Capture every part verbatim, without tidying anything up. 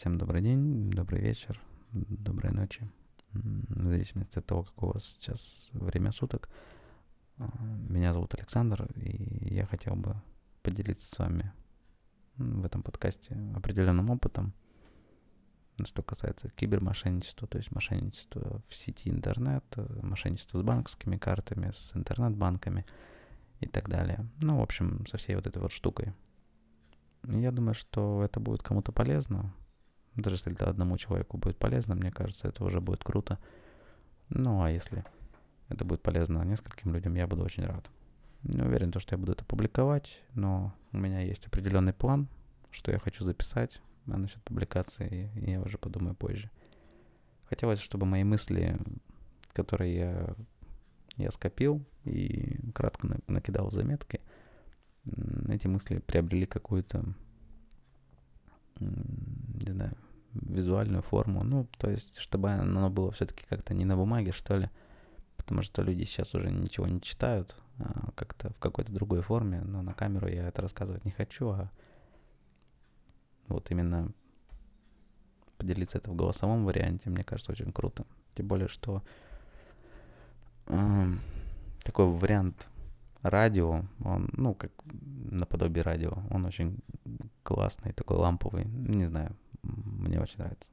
Всем добрый день, добрый вечер, доброй ночи. В зависимости от того, какое у вас сейчас время суток. Меня зовут Александр, и я хотел бы поделиться с вами в этом подкасте определенным опытом, что касается кибермошенничества, то есть мошенничества в сети интернет, мошенничества с банковскими картами, с интернет-банками и так далее. Ну, в общем, со всей вот этой вот штукой. Я думаю, что это будет кому-то полезно. Даже если это одному человеку будет полезно, мне кажется, это уже будет круто. Ну, а если это будет полезно нескольким людям, я буду очень рад. Не уверен, что я буду это публиковать, но у меня есть определенный план, что я хочу записать, а насчет публикации я уже подумаю позже. Хотелось, чтобы мои мысли, которые я, я скопил и кратко накидал в заметки, эти мысли приобрели какую-то, не знаю, визуальную форму. Ну, то есть, чтобы оно было все-таки как-то не на бумаге, что ли. Потому что люди сейчас уже ничего не читают, а как-то в какой-то другой форме. Но на камеру я это рассказывать не хочу, а вот именно поделиться это в голосовом варианте, мне кажется, очень круто. Тем более, что э, такой вариант радио, он, ну, как наподобие радио, он очень классный, такой ламповый. Не знаю, мне очень нравится.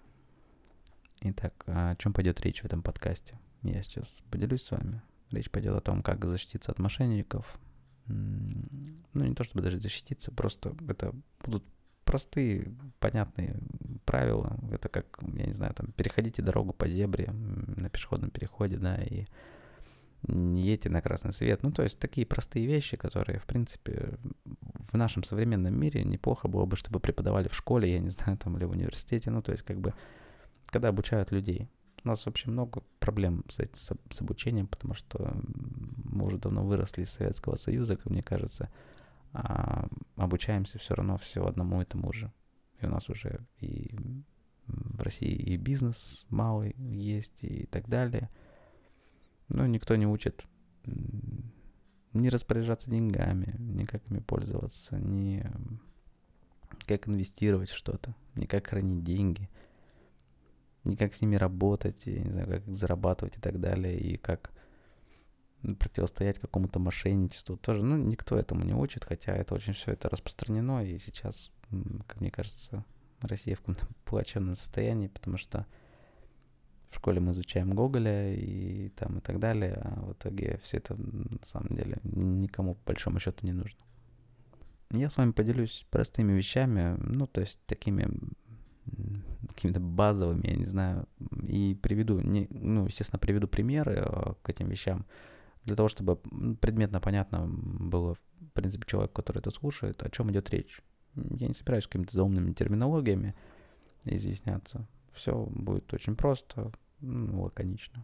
Итак, о чем пойдет речь в этом подкасте? Я сейчас поделюсь с вами. Речь пойдет о том, как защититься от мошенников. Ну, не то чтобы даже защититься, просто это будут простые, понятные правила. Это как, я не знаю, там, переходите дорогу по зебре на пешеходном переходе, да, и не едьте на красный свет. Ну, то есть такие простые вещи, которые, в принципе, в нашем современном мире неплохо было бы, чтобы преподавали в школе, я не знаю, там, или в университете. Ну, то есть, как бы, когда обучают людей. У нас вообще много проблем с, с, с обучением, потому что мы уже давно выросли из Советского Союза, как мне кажется, а обучаемся все равно все одному и тому же. И у нас уже и в России и бизнес малый есть, и так далее. Но никто не учит ни распоряжаться деньгами, ни как ими пользоваться, ни как инвестировать в что-то, ни как хранить деньги, ни как с ними работать, я не знаю, как их зарабатывать и так далее, и как противостоять какому-то мошенничеству. Тоже, ну, никто этому не учит, хотя это очень все это распространено, и сейчас, как мне кажется, Россия в каком-то плачевном состоянии, потому что в школе мы изучаем Гоголя и там и так далее, а в итоге все это на самом деле никому по большому счету не нужно. Я с вами поделюсь простыми вещами, ну, то есть такими какими-то базовыми, я не знаю, и приведу, не, ну, естественно, приведу примеры к этим вещам, для того, чтобы предметно понятно было, в принципе, человеку, который это слушает, о чем идет речь. Я не собираюсь какими-то заумными терминологиями изъясняться. Все будет очень просто, ну, лаконично.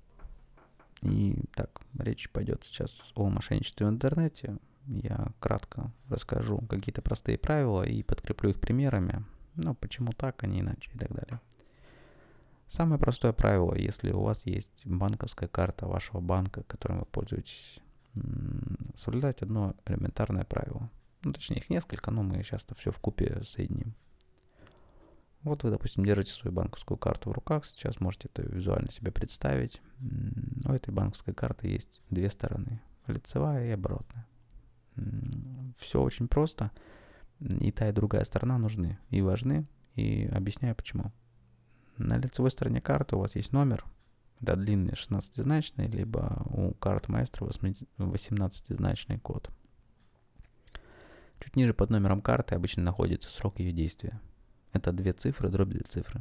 И так, речь пойдет сейчас о мошенничестве в интернете. Я кратко расскажу какие-то простые правила и подкреплю их примерами. Ну, почему так, а не иначе и так далее. Самое простое правило, если у вас есть банковская карта вашего банка, которым вы пользуетесь, соблюдать одно элементарное правило. Ну, точнее, их несколько, но мы сейчас-то все вкупе соединим. Вот вы, допустим, держите свою банковскую карту в руках, сейчас можете это визуально себе представить. У этой банковской карты есть две стороны, лицевая и оборотная. Все очень просто, и та, и другая сторона нужны и важны, и объясняю почему. На лицевой стороне карты у вас есть номер, это длинный шестнадцатизначный, либо у карт Маэстро восемнадцатизначный код. Чуть ниже под номером карты обычно находится срок ее действия. Это две цифры, дробь две цифры.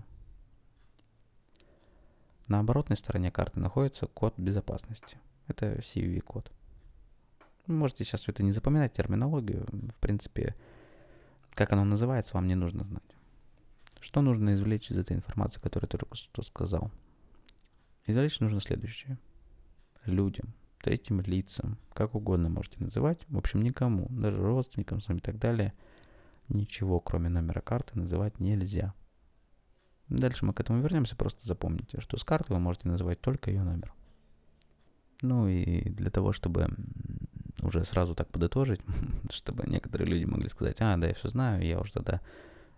На оборотной стороне карты находится код безопасности. Это си ви ви-код. Вы можете сейчас все это не запоминать, терминологию. В принципе, как оно называется, вам не нужно знать. Что нужно извлечь из этой информации, которую я только что сказал? Извлечь нужно следующее. Людям, третьим лицам, как угодно можете называть, в общем, никому, даже родственникам и так далее, ничего, кроме номера карты, называть нельзя. Дальше мы к этому вернемся, просто запомните, что с карты вы можете называть только ее номер. Ну и для того, чтобы уже сразу так подытожить, чтобы некоторые люди могли сказать, а, да, я все знаю, я уже тогда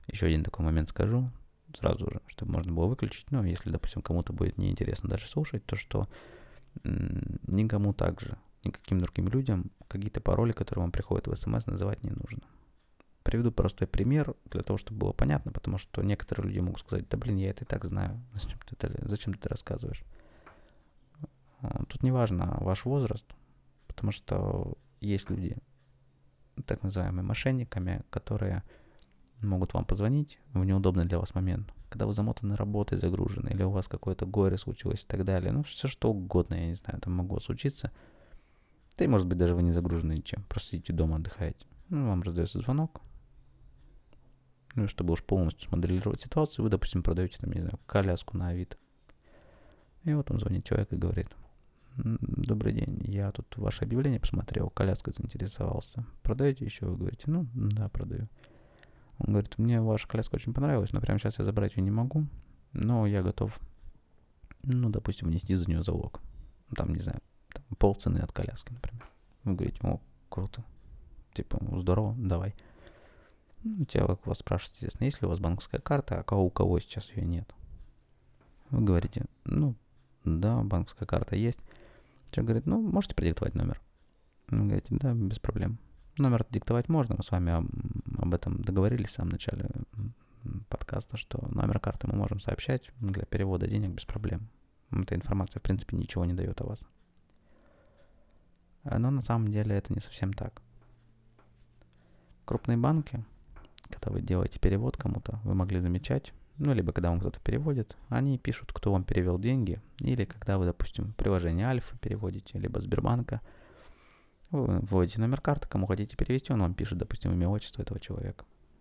Еще один такой момент скажу сразу же, чтобы можно было выключить. Ну, если, допустим, кому-то будет неинтересно дальше слушать, то что м, никому также, никаким другим людям какие-то пароли, которые вам приходят в смс, называть не нужно. Приведу простой пример для того, чтобы было понятно, потому что некоторые люди могут сказать: да блин, я это и так знаю, зачем ты это, зачем ты это рассказываешь? Тут не важно ваш возраст, потому что есть люди, так называемые мошенниками, которые могут вам позвонить в неудобный для вас момент, когда вы замотаны работой, загружены, или у вас какое-то горе случилось и так далее. Ну, все что угодно, я не знаю, там могло случиться. Да и, может быть, даже вы не загружены ничем, просто сидите дома, отдыхаете. Ну, вам раздается звонок. Ну, и чтобы уж полностью смоделировать ситуацию, вы, допустим, продаете, там, не знаю, коляску на Авито. И вот он звонит человек и говорит: добрый день, я тут ваше объявление посмотрел, коляской заинтересовался. Продаете еще? Вы говорите: ну, да, продаю. Он говорит: мне ваша коляска очень понравилась, но прямо сейчас я забрать ее не могу, но я готов, ну, допустим, внести за нее залог. Там, не знаю, там, полцены от коляски, например. Вы говорите: о, круто, типа, здорово, давай. Ну, человек вас спрашивает, естественно, есть ли у вас банковская карта, а кого, у кого сейчас ее нет. Вы говорите: ну, да, банковская карта есть. Человек говорит: ну, можете продиктовать номер? Вы говорите: да, без проблем. Номер диктовать можно, мы с вами об, об этом договорились в самом начале подкаста, что номер карты мы можем сообщать для перевода денег без проблем. Эта информация, в принципе, ничего не дает о вас. Но на самом деле это не совсем так. Крупные банки, когда вы делаете перевод кому-то, вы могли замечать, ну, либо когда вам кто-то переводит, они пишут, кто вам перевел деньги, или когда вы, допустим, приложение Альфа переводите, либо Сбербанка, вы вводите номер карты, кому хотите перевести, он вам пишет, допустим, имя, отчество этого человека.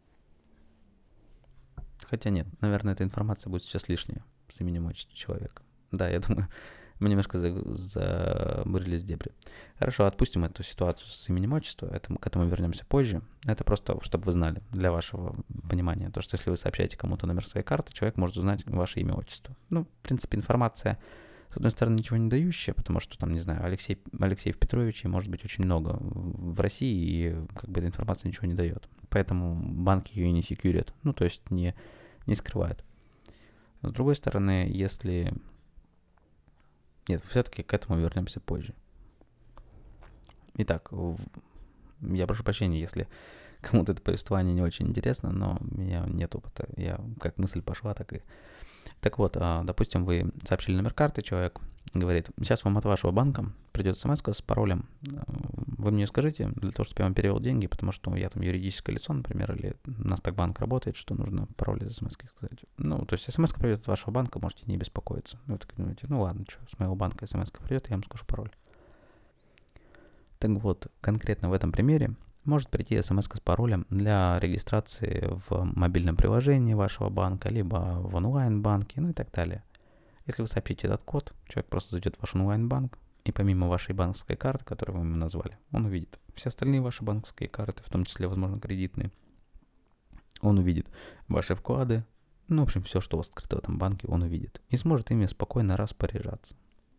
Хотя нет, наверное, эта информация будет сейчас лишняя с именем, отчеством человека. Да, я думаю, мы немножко забурились в дебри. Хорошо, отпустим эту ситуацию с именем, отчеством, это, к этому вернемся позже. Это просто, чтобы вы знали, для вашего понимания, то, что если вы сообщаете кому-то номер своей карты, человек может узнать ваше имя, отчество. Ну, в принципе, информация, с одной стороны, ничего не дающая, потому что там, не знаю, Алексей, Алексеев Петровичей может быть очень много в России, и как бы эта информация ничего не дает. Поэтому банки ее не секьюрят, ну, то есть не, не скрывают. С другой стороны, если... Нет, все-таки к этому вернемся позже. Итак, я прошу прощения, если кому-то это повествование не очень интересно, но у меня нет опыта. Я как мысль пошла, так и... Так вот, допустим, вы сообщили номер карты, человек говорит: сейчас вам от вашего банка придет смс с паролем, вы мне скажите, для того, чтобы я вам перевел деньги, потому что я там юридическое лицо, например, или у нас так банк работает, что нужно пароль из смс сказать. Ну, то есть смс придет от вашего банка, можете не беспокоиться. Вы так думаете: ну ладно, что, с моего банка смс придет, я вам скажу пароль. Так вот, конкретно в этом примере может прийти смс с паролем для регистрации в мобильном приложении вашего банка, либо в онлайн-банке, ну и так далее. Если вы сообщите этот код, человек просто зайдет в ваш онлайн-банк, и помимо вашей банковской карты, которую вы ему назвали, он увидит все остальные ваши банковские карты, в том числе, возможно, кредитные. Он увидит ваши вклады, ну, в общем, все, что у вас открыто в этом банке, он увидит. И сможет ими спокойно распоряжаться.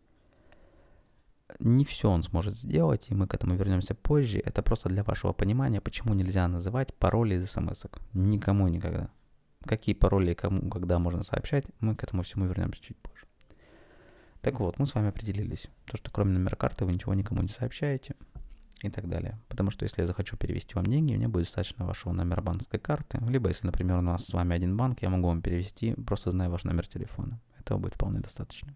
Не все он сможет сделать, и мы к этому вернемся позже. Это просто для вашего понимания, почему нельзя называть пароли из смс-ок. Никому никогда. Какие пароли и кому, когда можно сообщать, мы к этому всему вернемся чуть позже. Так вот, мы с вами определились, то, что кроме номера карты вы ничего никому не сообщаете и так далее. Потому что если я захочу перевести вам деньги, мне будет достаточно вашего номера банковской карты. Либо, если, например, у нас с вами один банк, я могу вам перевести, просто зная ваш номер телефона. Этого будет вполне достаточно.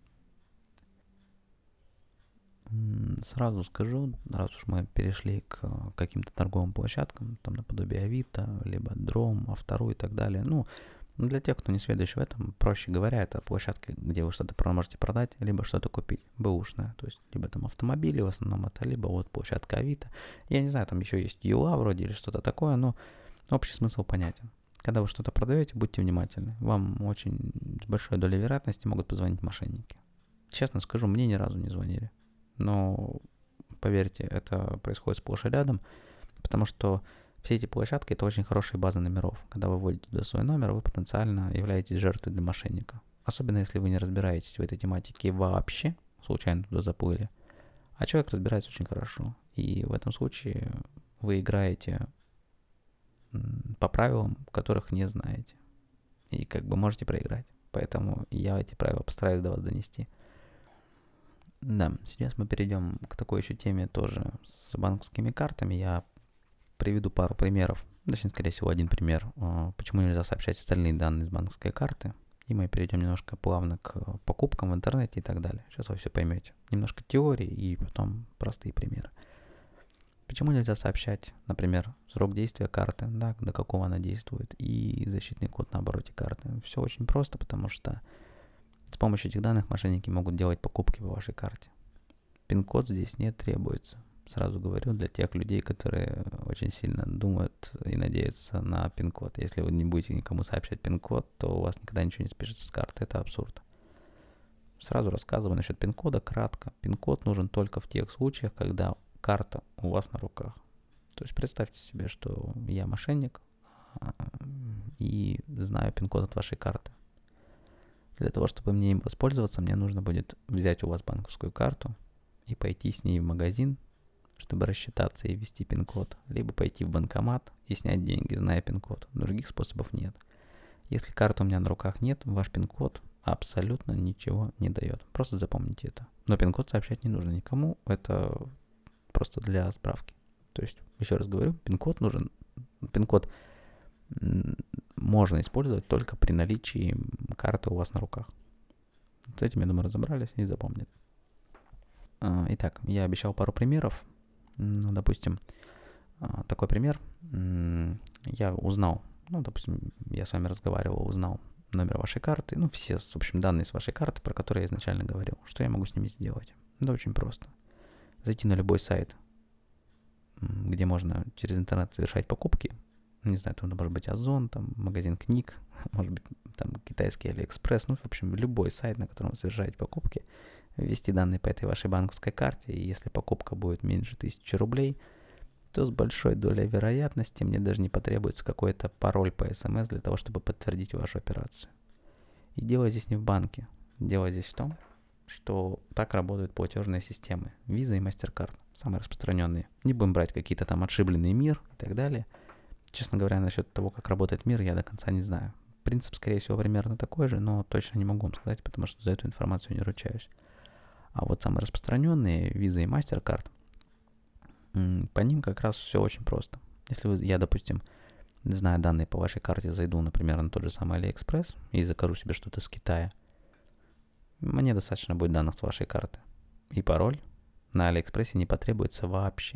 Сразу скажу, раз уж мы перешли к каким-то торговым площадкам, там наподобие Авито, либо Дром, Автору и так далее. Ну, для тех, кто не сведущий в этом, проще говоря, это площадки, где вы что-то можете продать, либо что-то купить, бэушное. То есть, либо там автомобили в основном это, либо вот площадка Авито. Я не знаю, там еще есть Юла вроде или что-то такое, но общий смысл понятен. Когда вы что-то продаете, будьте внимательны. Вам очень с большой долей вероятности могут позвонить мошенники. Честно скажу, мне ни разу не звонили. Но, поверьте, это происходит сплошь и рядом, потому что все эти площадки — это очень хорошие базы номеров. Когда вы вводите туда свой номер, вы потенциально являетесь жертвой для мошенника. Особенно, если вы не разбираетесь в этой тематике вообще, случайно туда заплыли. А человек разбирается очень хорошо. И в этом случае вы играете по правилам, которых не знаете. И как бы можете проиграть. Поэтому я эти правила постараюсь до вас донести. Да, сейчас мы перейдем к такой еще теме тоже с банковскими картами. Я приведу пару примеров. Точнее, скорее всего, один пример, почему нельзя сообщать остальные данные с банковской карты. И мы перейдем немножко плавно к покупкам в интернете и так далее. Сейчас вы все поймете. Немножко теории и потом простые примеры. Почему нельзя сообщать, например, срок действия карты, да, до какого она действует, и защитный код на обороте карты. Все очень просто, потому что с помощью этих данных мошенники могут делать покупки по вашей карте. Пин-код здесь не требуется. Сразу говорю, для тех людей, которые очень сильно думают и надеются на пин-код. Если вы не будете никому сообщать пин-код, то у вас никогда ничего не спишется с карты. Это абсурд. Сразу рассказываю насчет пин-кода кратко. Пин-код нужен только в тех случаях, когда карта у вас на руках. То есть представьте себе, что я мошенник и знаю пин-код от вашей карты. Для того, чтобы мне им воспользоваться, мне нужно будет взять у вас банковскую карту и пойти с ней в магазин, чтобы рассчитаться и ввести пин-код, либо пойти в банкомат и снять деньги, зная пин-код. Других способов нет. Если карты у меня на руках нет, ваш пин-код абсолютно ничего не дает. Просто запомните это. Но пин-код сообщать не нужно никому, это просто для справки. То есть, еще раз говорю, пин-код нужен, пин-код можно использовать только при наличии карты у вас на руках. С этим, я думаю, разобрались и запомнили. Итак, я обещал пару примеров. Ну, допустим, такой пример. Я узнал, ну, допустим, я с вами разговаривал, узнал номер вашей карты, ну, все, в общем, данные с вашей карты, про которые я изначально говорил. Что я могу с ними сделать? Да, очень просто. Зайти на любой сайт, где можно через интернет совершать покупки. Не знаю, там может быть Озон, там магазин книг, может быть, там китайский Алиэкспресс, ну, в общем, любой сайт, на котором вы совершаете покупки, ввести данные по этой вашей банковской карте, и если покупка будет меньше тысячи рублей, то с большой долей вероятности мне даже не потребуется какой-то пароль по СМС для того, чтобы подтвердить вашу операцию. И дело здесь не в банке. Дело здесь в том, что так работают платежные системы. Visa и MasterCard. Самые распространенные. Не будем брать какие-то там отшибленный мир и так далее. Честно говоря, насчет того, как работает мир, я до конца не знаю. Принцип, скорее всего, примерно такой же, но точно не могу вам сказать, потому что за эту информацию не ручаюсь. А вот самые распространенные, Visa и MasterCard, по ним как раз все очень просто. Если вы, я, допустим, зная данные по вашей карте, зайду, например, на тот же самый AliExpress и закажу себе что-то с Китая, мне достаточно будет данных с вашей карты. И пароль на Алиэкспрессе не потребуется вообще.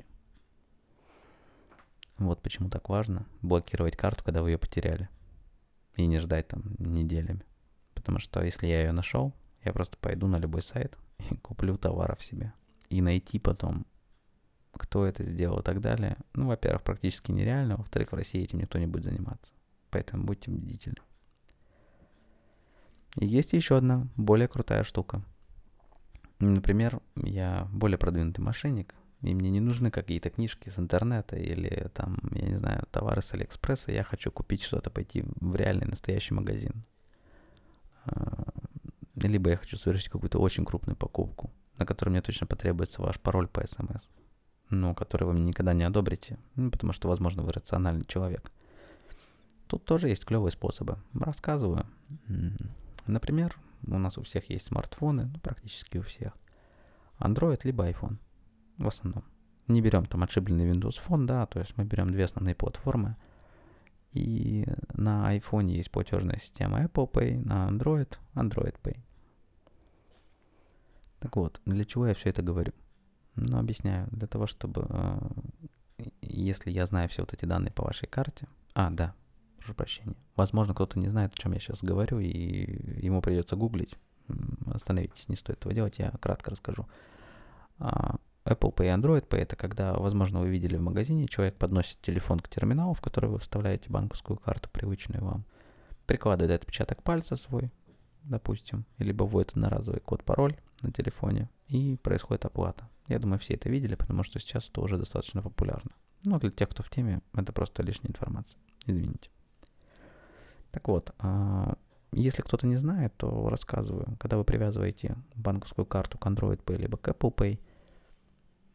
Вот почему так важно блокировать карту, когда вы ее потеряли. И не ждать там неделями. Потому что если я ее нашел, я просто пойду на любой сайт и куплю товаров себе. И найти потом, кто это сделал и так далее, ну, во-первых, практически нереально, во-вторых, в России этим никто не будет заниматься. Поэтому будьте бдительны. И есть еще одна более крутая штука. Например, я более продвинутый мошенник, и мне не нужны какие-то книжки с интернета или там, я не знаю, товары с Алиэкспресса. Я хочу купить что-то, пойти в реальный настоящий магазин. Либо я хочу совершить какую-то очень крупную покупку, на которой мне точно потребуется ваш пароль по СМС, но который вы мне никогда не одобрите, ну, потому что, возможно, вы рациональный человек. Тут тоже есть клевые способы. Рассказываю. Например, у нас у всех есть смартфоны, ну, практически у всех. Android либо iPhone. В основном. Не берем там отшибленный Windows Phone, да, то есть мы берем две основные платформы. И на iPhone есть платежная система Apple Pay, на Android Android Pay. Так вот, для чего я все это говорю? Ну, объясняю. Для того, чтобы, э, если я знаю все вот эти данные по вашей карте... А, да, прошу прощения. Возможно, кто-то не знает, о чем я сейчас говорю, и ему придется гуглить. Остановитесь, не стоит этого делать, я кратко расскажу. Apple Pay и Android Pay — это когда, возможно, вы видели в магазине, человек подносит телефон к терминалу, в который вы вставляете банковскую карту, привычную вам, прикладывает отпечаток пальца свой, допустим, либо вводит одноразовый код-пароль на телефоне, и происходит оплата. Я думаю, все это видели, потому что сейчас это уже достаточно популярно. Но для тех, кто в теме, это просто лишняя информация. Извините. Так вот, если кто-то не знает, то рассказываю. Когда вы привязываете банковскую карту к Android Pay либо к Apple Pay,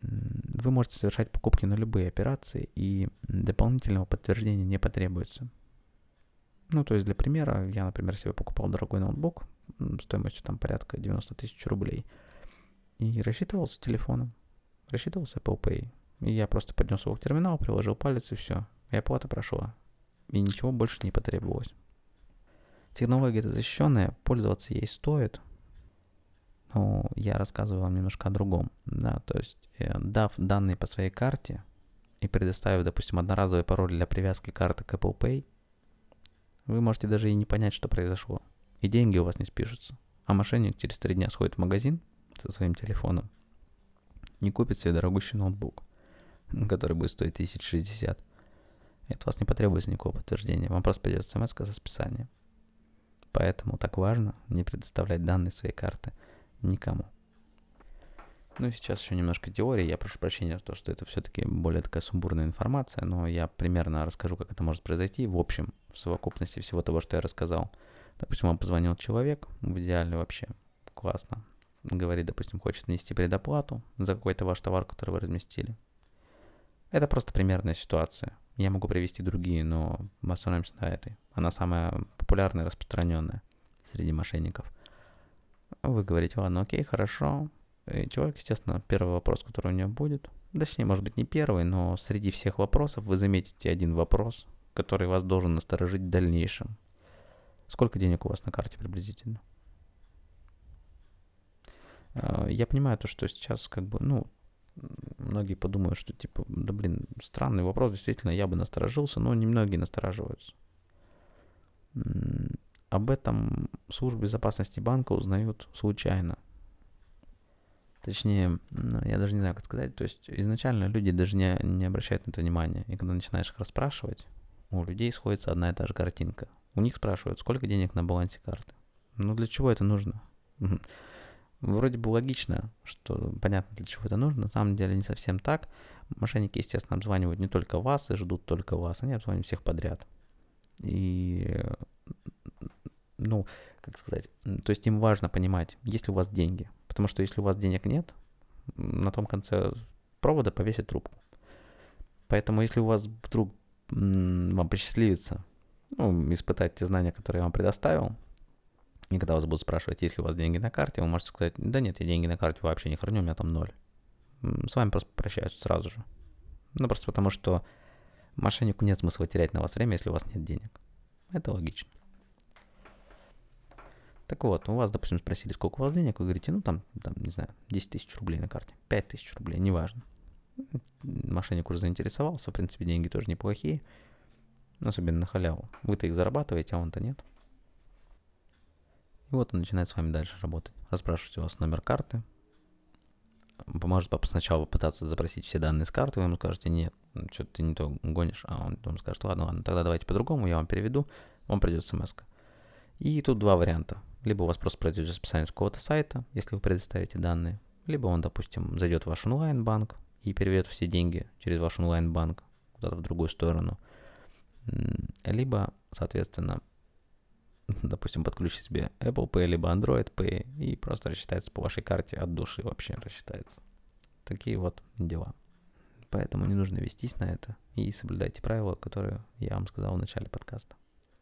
вы можете совершать покупки на любые операции, и дополнительного подтверждения не потребуется. Ну, то есть, для примера, я, например, себе покупал дорогой ноутбук стоимостью там порядка девяносто тысяч рублей и рассчитывался телефоном, рассчитывался Apple Pay. И я просто поднес его к терминалу, приложил палец и все. И оплата прошла. И ничего больше не потребовалось. Технология эта защищенная, пользоваться ей стоит. Но я рассказываю вам немножко о другом. Да, то есть, дав данные по своей карте и предоставив, допустим, одноразовый пароль для привязки карты к Apple Pay, вы можете даже и не понять, что произошло. И деньги у вас не спишутся. А мошенник через три дня сходит в магазин со своим телефоном и купит себе дорогущий ноутбук, который будет стоить тысяч шестьдесят. И от вас не потребуется никакого подтверждения. Вам просто придет смс со списания. Поэтому так важно не предоставлять данные своей карты никому. Ну и сейчас еще немножко теории. Я прошу прощения за то, что это все-таки более такая сумбурная информация, но я примерно расскажу, как это может произойти в общем, в совокупности всего того, что я рассказал. Допустим, вам позвонил человек, в идеале вообще классно. Говорит, допустим, хочет внести предоплату за какой-то ваш товар, который вы разместили. Это просто примерная ситуация. Я могу привести другие, но мы остановимся на этой. Она самая популярная и распространенная среди мошенников. Вы говорите, ладно, окей, хорошо. И человек, естественно, первый вопрос, который у него будет, точнее, может быть, не первый, но среди всех вопросов вы заметите один вопрос, который вас должен насторожить в дальнейшем. Сколько денег у вас на карте приблизительно? Я понимаю то, что сейчас как бы, ну, многие подумают, что типа, да блин, странный вопрос, действительно, я бы насторожился, но немногие настораживаются. Об этом службы безопасности банка узнают случайно. Точнее, я даже не знаю, как сказать, то есть изначально люди даже не, не обращают на это внимания. И когда начинаешь их расспрашивать, у людей сходится одна и та же картинка. У них спрашивают, сколько денег на балансе карты. Ну для чего это нужно? Вроде бы логично, что понятно, для чего это нужно. На самом деле не совсем так. Мошенники, естественно, обзванивают не только вас и ждут только вас. Они обзванивают всех подряд. И, ну, как сказать, то есть им важно понимать, есть ли у вас деньги. Потому что если у вас денег нет, на том конце провода повесят трубку. Поэтому если у вас вдруг м- вам посчастливится, ну, испытать те знания, которые я вам предоставил, и когда вас будут спрашивать, есть ли у вас деньги на карте, вы можете сказать, да нет, я деньги на карте вообще не храню, у меня там ноль. С вами просто прощаются сразу же. Ну, просто потому что мошеннику нет смысла терять на вас время, если у вас нет денег. Это логично. Так вот, у вас, допустим, спросили, сколько у вас денег, вы говорите, ну, там, там не знаю, десять тысяч рублей на карте, пять тысяч рублей, неважно. Мошенник уже заинтересовался, в принципе, деньги тоже неплохие, особенно на халяву. Вы-то их зарабатываете, а он-то нет. И вот он начинает с вами дальше работать. Расспрашивать у вас номер карты. Поможет сначала попытаться запросить все данные с карты, вы ему скажете, нет, что-то ты не то гонишь, а он потом скажет, ладно, ладно, тогда давайте по-другому, я вам переведу, вам придет смс-ка. И тут два варианта. Либо у вас просто пройдет расписание с какого-то сайта, если вы предоставите данные, либо он, допустим, зайдет в ваш онлайн-банк и переведет все деньги через ваш онлайн-банк куда-то в другую сторону. Либо, соответственно, допустим, подключить себе Apple Pay, либо Android Pay и просто рассчитается по вашей карте от души вообще рассчитается. Такие вот дела. Поэтому не нужно вестись на это и соблюдайте правила, которые я вам сказал в начале подкаста.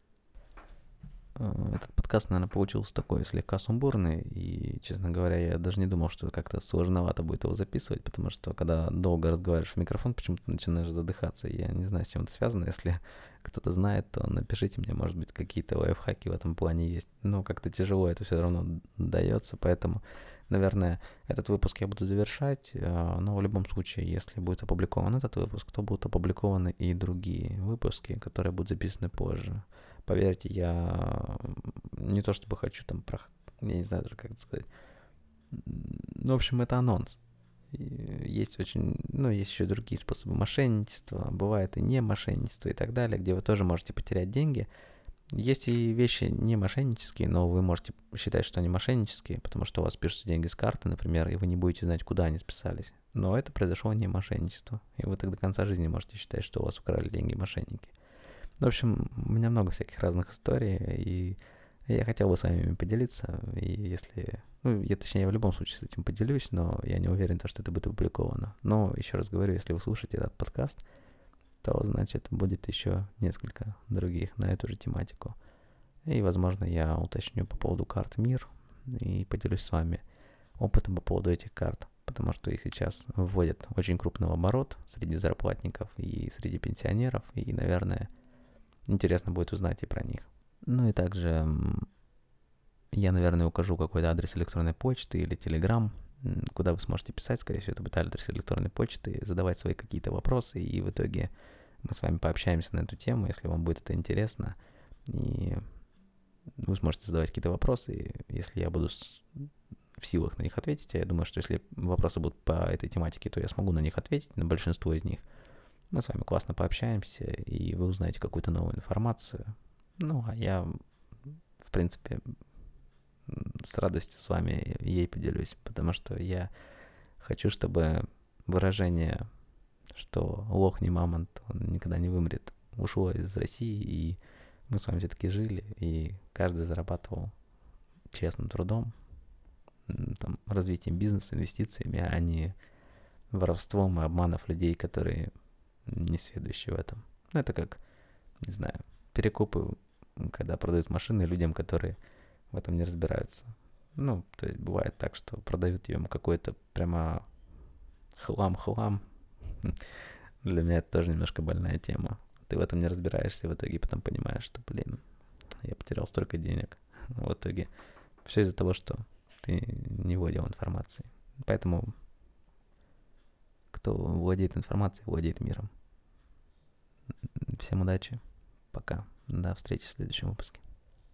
Этот подкаст, наверное, получился такой слегка сумбурный, и, честно говоря, я даже не думал, что как-то сложновато будет его записывать, потому что, когда долго разговариваешь в микрофон, почему-то начинаешь задыхаться. Я не знаю, с чем это связано. Если кто-то знает, то напишите мне, может быть, какие-то лайфхаки в этом плане есть. Но как-то тяжело это все равно дается, поэтому, наверное, этот выпуск я буду завершать, но в любом случае, если будет опубликован этот выпуск, то будут опубликованы и другие выпуски, которые будут записаны позже. Поверьте, я не то чтобы хочу там, про... я не знаю даже, как это сказать. Ну, в общем, это анонс. И есть очень, ну, есть еще другие способы мошенничества, бывает и не мошенничество и так далее, где вы тоже можете потерять деньги. Есть и вещи не мошеннические, но вы можете считать, что они мошеннические, потому что у вас пишутся деньги с карты, например, и вы не будете знать, куда они списались. Но это произошло не мошенничество, и вы так до конца жизни можете считать, что у вас украли деньги мошенники. В общем, у меня много всяких разных историй, и Я хотел бы с вами ими поделиться, и если... Ну, я, точнее, я в любом случае с этим поделюсь, но я не уверен, то, что это будет опубликовано. Но, еще раз говорю, если вы слушаете этот подкаст, то, значит, будет еще несколько других на эту же тематику. И, возможно, я уточню по поводу карт МИР и поделюсь с вами опытом по поводу этих карт, потому что их сейчас вводят очень крупный оборот среди зарплатников и среди пенсионеров, и, наверное, интересно будет узнать и про них. Ну и также я, наверное, укажу какой-то адрес электронной почты или телеграм, куда вы сможете писать, скорее всего, это будет адрес электронной почты, задавать свои какие-то вопросы, и в итоге мы с вами пообщаемся на эту тему, если вам будет это интересно, и вы сможете задавать какие-то вопросы, и если я буду в силах на них ответить, а я думаю, что если вопросы будут по этой тематике, то я смогу на них ответить, на большинство из них. Мы с вами классно пообщаемся, и вы узнаете какую-то новую информацию. Ну, а я, в принципе, с радостью с вами ей поделюсь, потому что я хочу, чтобы выражение, что лох не мамонт, он никогда не вымрет, ушло из России, и мы с вами все-таки жили, и каждый зарабатывал честным трудом, там, развитием бизнеса, инвестициями, а не воровством и обманов людей, которые не сведущие в этом. Ну, это как, не знаю, перекупы, когда продают машины людям, которые в этом не разбираются. Ну, то есть бывает так, что продают им какой-то прямо хлам-хлам. Для меня это тоже немножко больная тема. Ты в этом не разбираешься, и в итоге потом понимаешь, что, блин, я потерял столько денег. В итоге все из-за того, что ты не владел информацией. Поэтому кто владеет информацией, владеет миром. Всем удачи. Пока. До встречи в следующем выпуске.